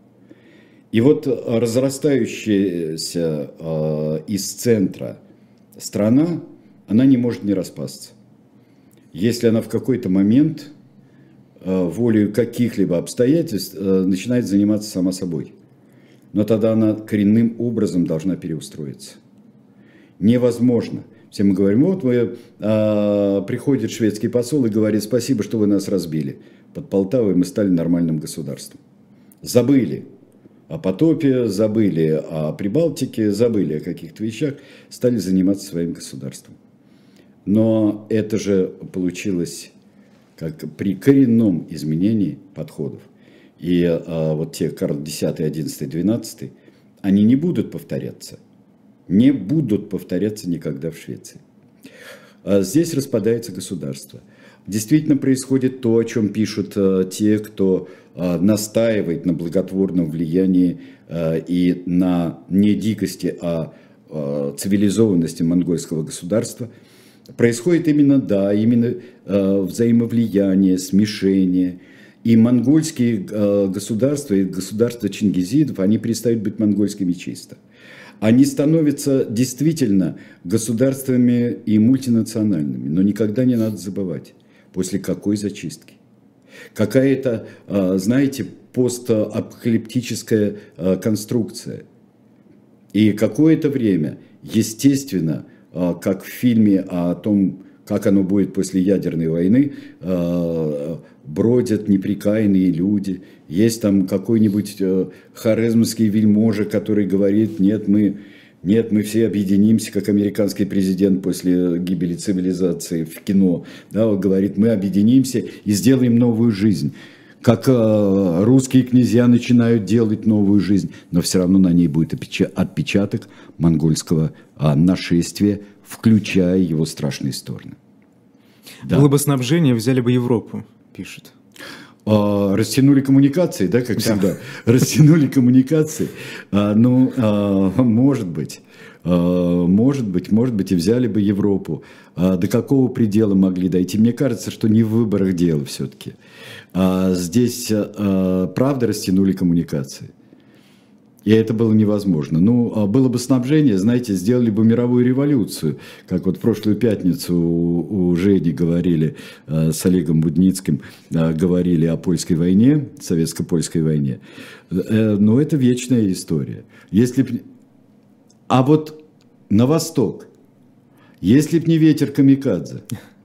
И вот разрастающаяся э, из центра страна, она не может не распасться. Если она в какой-то момент, э, волею каких-либо обстоятельств, э, начинает заниматься сама собой. Но тогда она коренным образом должна переустроиться. Невозможно. Все мы говорим, вот мы, э, приходит шведский посол и говорит, спасибо, что вы нас разбили. Под Полтавой мы стали нормальным государством. Забыли о потопе, забыли о Прибалтике, забыли о каких-то вещах, стали заниматься своим государством. Но это же получилось как при коренном изменении подходов. И а, вот те Карл X, одиннадцатый, двенадцатый, они не будут повторяться. Не будут повторяться никогда в Швеции. А здесь распадается государство. Действительно происходит то, о чем пишут э, те, кто э, настаивает на благотворном влиянии э, и на не дикости, а э, цивилизованности монгольского государства. Происходит именно, да, именно э, взаимовлияние, смешение. И монгольские э, государства, и государства чингизидов, они перестают быть монгольскими чисто. Они становятся действительно государствами и мультинациональными, но никогда не надо забывать. После какой зачистки? Какая-то, знаете, постапокалиптическая конструкция. И какое-то время, естественно, как в фильме о том, как оно будет после ядерной войны, бродят неприкаянные люди. Есть там какой-нибудь хорезмский вельможа, который говорит, нет, мы, Нет, мы все объединимся, как американский президент после гибели цивилизации в кино. Да, он говорит, мы объединимся и сделаем новую жизнь. Как э, русские князья начинают делать новую жизнь, но все равно на ней будет отпечаток монгольского э, нашествия, включая его страшные стороны. Да. Было бы снабжение, взяли бы Европу, пишет. А, растянули коммуникации, да, как да. всегда. Растянули коммуникации. А, ну, а, может быть. А, может быть, может быть, и взяли бы Европу. А, до какого предела могли дойти? Мне кажется, что не в выборах дело все-таки. А, здесь, а, правда, растянули коммуникации. И это было невозможно. Ну, было бы снабжение, знаете, сделали бы мировую революцию, как вот в прошлую пятницу у, у Жени говорили, э, с Олегом Будницким, э, говорили о польской войне, советско-польской войне. Э, но это вечная история. Если б... А вот на восток, если б не ветер камикадзе,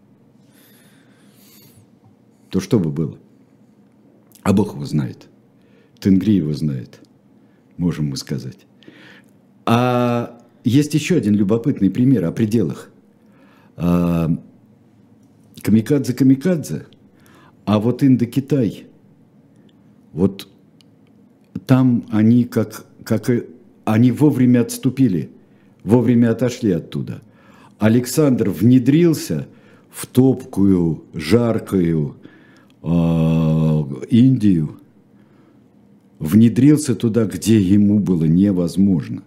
то что бы было? А Бог его знает. Тенгри его знает. Можем мы сказать. А есть еще один любопытный пример о пределах. А, камикадзе-камикадзе, а вот Индокитай, вот там они как, как они вовремя отступили, вовремя отошли оттуда. Александр внедрился в топкую, жаркую а, Индию, внедрился туда, где ему было невозможно.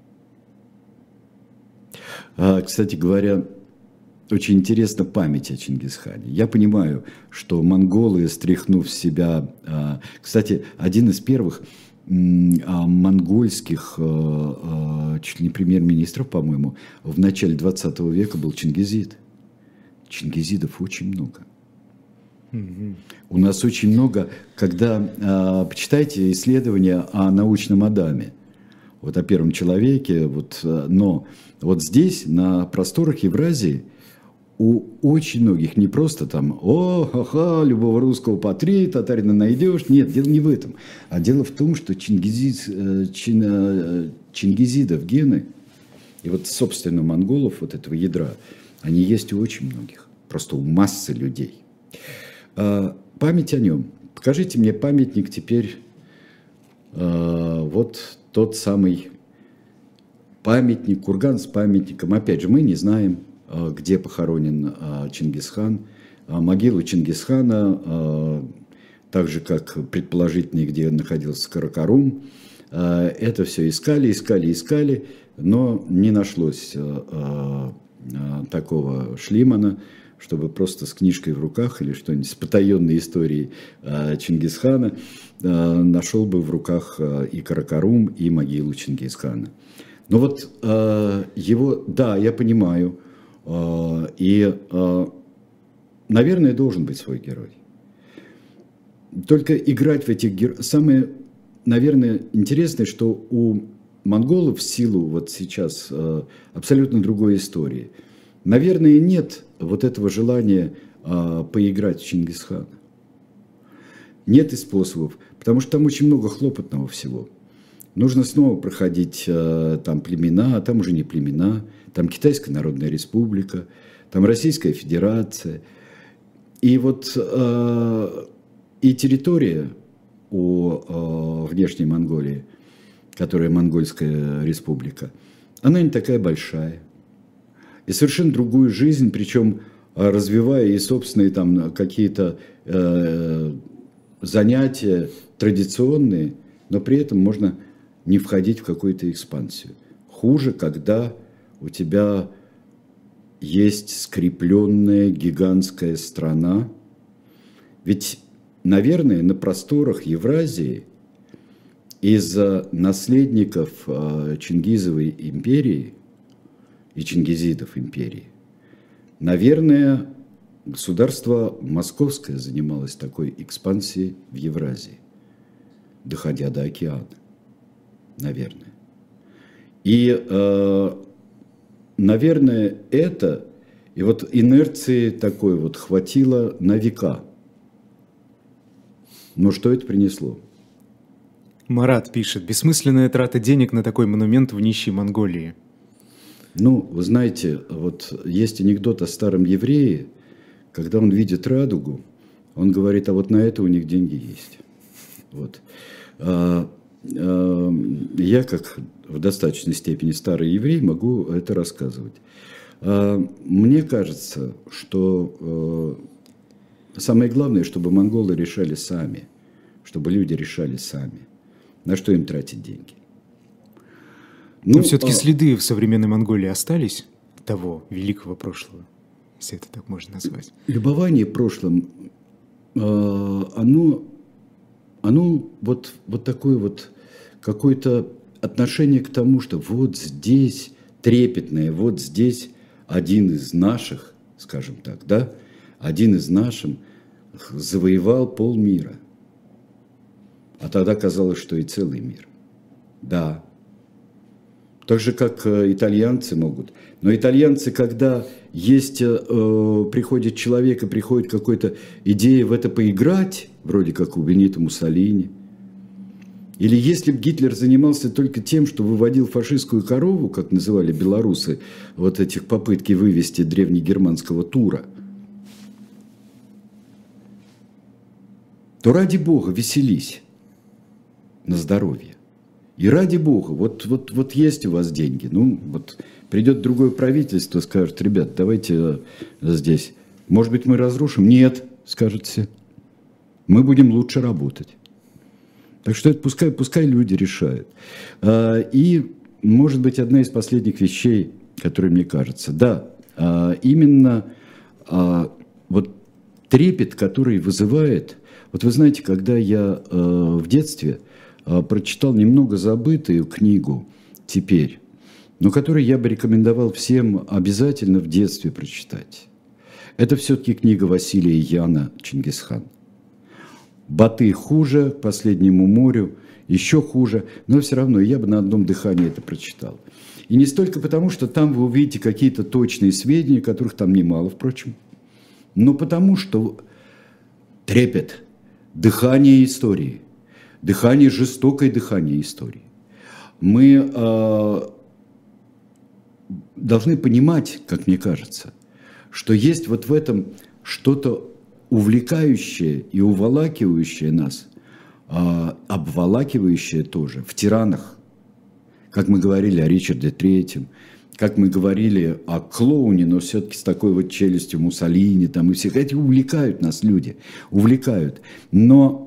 А, кстати говоря, очень интересна память о Чингисхане. Я понимаю, что монголы, стряхнув с себя... А, кстати, один из первых м, а, монгольских а, а, чуть ли не премьер-министров, по-моему, в начале двадцатого века был Чингизид. Чингизидов очень много. У нас очень много, когда э, почитайте исследования о научном Адаме, вот о первом человеке, вот, э, но вот здесь, на просторах Евразии, у очень многих не просто там, о, ха-ха, любого русского потри, татарина найдешь. Нет, дело не в этом. А дело в том, что чингизид, э, чин, э, чингизидов гены, и вот, собственно, монголов, вот этого ядра, они есть у очень многих, просто у массы людей. Память о нем. Покажите мне памятник теперь, вот тот самый памятник, курган с памятником. Опять же, мы не знаем, где похоронен Чингисхан. Могилу Чингисхана, так же, как предположительно, где находился Каракарум, это все искали, искали, искали, но не нашлось такого Шлимана, чтобы просто с книжкой в руках или что-нибудь с потаенной историей э, Чингисхана э, нашел бы в руках э, и Каракарум, и могилу Чингисхана. Но вот э, его, да, я понимаю, э, и, э, наверное, должен быть свой герой. Только играть в этих героев... Самое, наверное, интересное, что у монголов в силу вот сейчас э, абсолютно другой истории. Наверное, нет вот этого желания а, поиграть в Чингисхана. Нет и способов, потому что там очень много хлопотного всего. Нужно снова проходить а, там племена, а там уже не племена, там Китайская Народная Республика, там Российская Федерация. И вот а, и территория у а, внешней Монголии, которая Монгольская Республика, она не такая большая. И совершенно другую жизнь, причем развивая и собственные там какие-то э, занятия традиционные, но при этом можно не входить в какую-то экспансию. Хуже, когда у тебя есть скрепленная гигантская страна. Ведь, наверное, на просторах Евразии из наследников э, Чингизовой империи и чингизидов империи, наверное, государство московское занималось такой экспансией в Евразии, доходя до океана, наверное. И, э, наверное, это, и вот инерции такой вот хватило на века. Но что это принесло? Марат пишет: бессмысленная трата денег на такой монумент в нищей Монголии. Ну, вы знаете, вот есть анекдот о старом еврее, когда он видит радугу, он говорит: а вот на это у них деньги есть. Вот. А, а, я, как в достаточной степени старый еврей, могу это рассказывать. А, мне кажется, что а, самое главное, чтобы монголы решали сами, чтобы люди решали сами, на что им тратить деньги. Но ну, все-таки а... следы в современной Монголии остались того великого прошлого, если это так можно назвать. Любование прошлым, оно, оно вот, вот такое вот какое-то отношение к тому, что вот здесь трепетное, вот здесь один из наших, скажем так, да, один из наших завоевал полмира. А тогда казалось, что и целый мир. Да. Так же, как итальянцы могут. Но итальянцы, когда есть, э, приходит человек и приходит какая-то идея в это поиграть, вроде как у Бенито Муссолини, или если бы Гитлер занимался только тем, что выводил фашистскую корову, как называли белорусы, вот этих попытки вывести древнегерманского тура, то ради бога веселись на здоровье. И ради бога, вот, вот, вот есть у вас деньги, ну вот придет другое правительство, скажет: ребят, давайте здесь, может быть, мы разрушим? Нет, скажут все, мы будем лучше работать. Так что это пускай, пускай люди решают. И, может быть, одна из последних вещей, которая мне кажется, да, именно вот трепет, который вызывает, вот вы знаете, когда я в детстве прочитал немного забытую книгу теперь, но которую я бы рекомендовал всем обязательно в детстве прочитать. Это все-таки книга Василия Яна «Чингисхан». Баты хуже, к последнему морю, еще хуже, но все равно я бы на одном дыхании это прочитал. И не столько потому, что там вы увидите какие-то точные сведения, которых там немало, впрочем, но потому что трепет, дыхание истории, дыхание, жестокое дыхание истории. Мы э, должны понимать, как мне кажется, что есть вот в этом что-то увлекающее и уволакивающее нас, э, обволакивающее тоже в тиранах, как мы говорили о Ричарде Третьем, как мы говорили о клоуне, но все-таки с такой вот челюстью Муссолини, там и всех. Эти увлекают нас люди, увлекают, но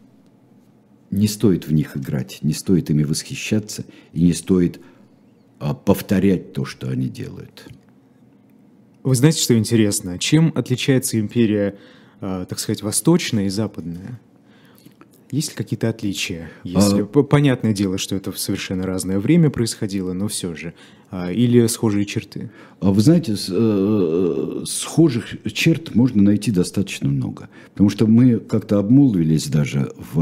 не стоит в них играть, не стоит ими восхищаться и не стоит а, повторять то, что они делают. Вы знаете, что интересно? Чем отличается империя, а, так сказать, восточная и западная? Есть ли какие-то отличия? Если... А... Понятное дело, что это в совершенно разное время происходило, но все же. А, или схожие черты? Вы знаете, с, э, схожих черт можно найти достаточно много. Потому что мы как-то обмолвились даже в,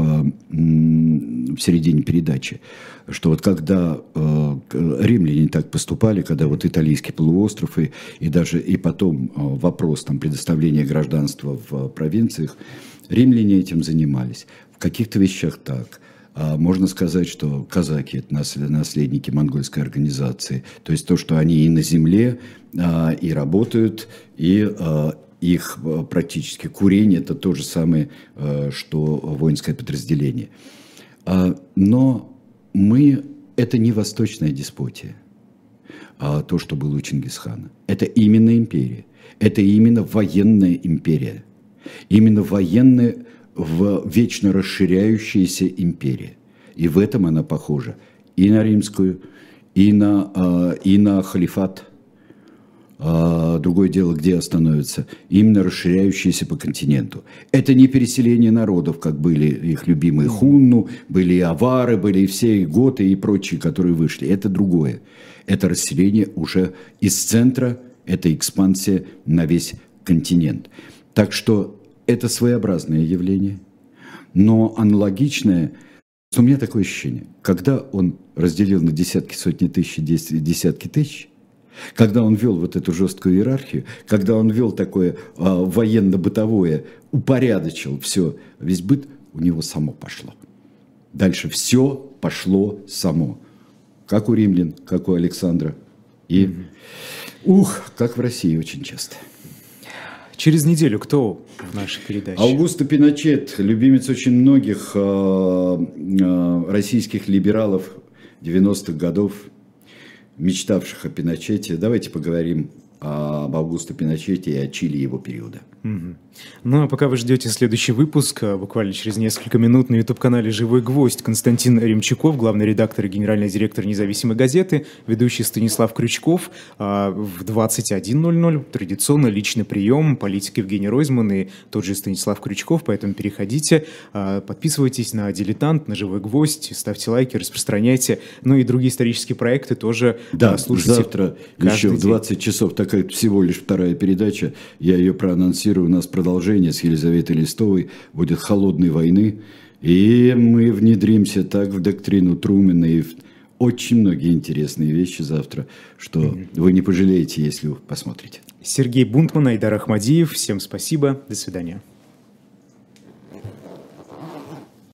в середине передачи, что вот когда э, римляне так поступали, когда вот Италийский полуостров и, и даже и потом э, вопрос там, предоставления гражданства в провинциях, римляне этим занимались. В каких-то вещах так. А можно сказать, что казаки – это наследники монгольской организации. То есть то, что они и на земле, а, и работают, и а, их практически курение – это то же самое, а, что воинское подразделение. А, но мы – это не восточная деспотия, а то, что было у Чингисхана. Это именно империя. Это именно военная империя. Именно военная в вечно расширяющаяся империя. И в этом она похожа и на римскую, и на, и на халифат. Другое дело, где остановится. Именно расширяющаяся по континенту. Это не переселение народов, как были их любимые хунну, были и авары, были и все и готы и прочие, которые вышли. Это другое. Это расселение уже из центра, это экспансия на весь континент. Так что это своеобразное явление, но аналогичное. У меня такое ощущение, когда он разделил на десятки, сотни тысяч, десятки тысяч, когда он вел вот эту жесткую иерархию, когда он вел такое а, военно-бытовое, упорядочил все, весь быт, у него само пошло. дальше все пошло само. Как у римлян, как у Александра. И, mm-hmm. ух, как в России очень часто. Через неделю кто в нашей передаче? Аугусто Пиночет, любимец очень многих э, э, российских либералов девяностых годов, мечтавших о Пиночете. Давайте поговорим об Аугусто Пиночете и о Чили его периода. Угу. Ну, а пока вы ждете следующий выпуск, буквально через несколько минут на ютуб-канале «Живой гвоздь» Константин Ремчаков, главный редактор и генеральный директор «Независимой газеты», ведущий Станислав Крючков. В двадцать один ноль ноль традиционно личный прием, политик Евгений Ройзман и тот же Станислав Крючков, поэтому переходите, подписывайтесь на «Дилетант», на «Живой гвоздь», ставьте лайки, распространяйте, ну и другие исторические проекты тоже да, слушайте. Завтра еще в двадцать день. часов, так как всего лишь вторая передача, я ее проанонсирую. У нас продолжение с Елизаветой Листовой, будет «Холодной войны», и мы внедримся так в доктрину Трумэна и в очень многие интересные вещи завтра, что mm-hmm. вы не пожалеете, если вы посмотрите. Сергей Бунтман, Айдар Ахмадиев, всем спасибо, до свидания.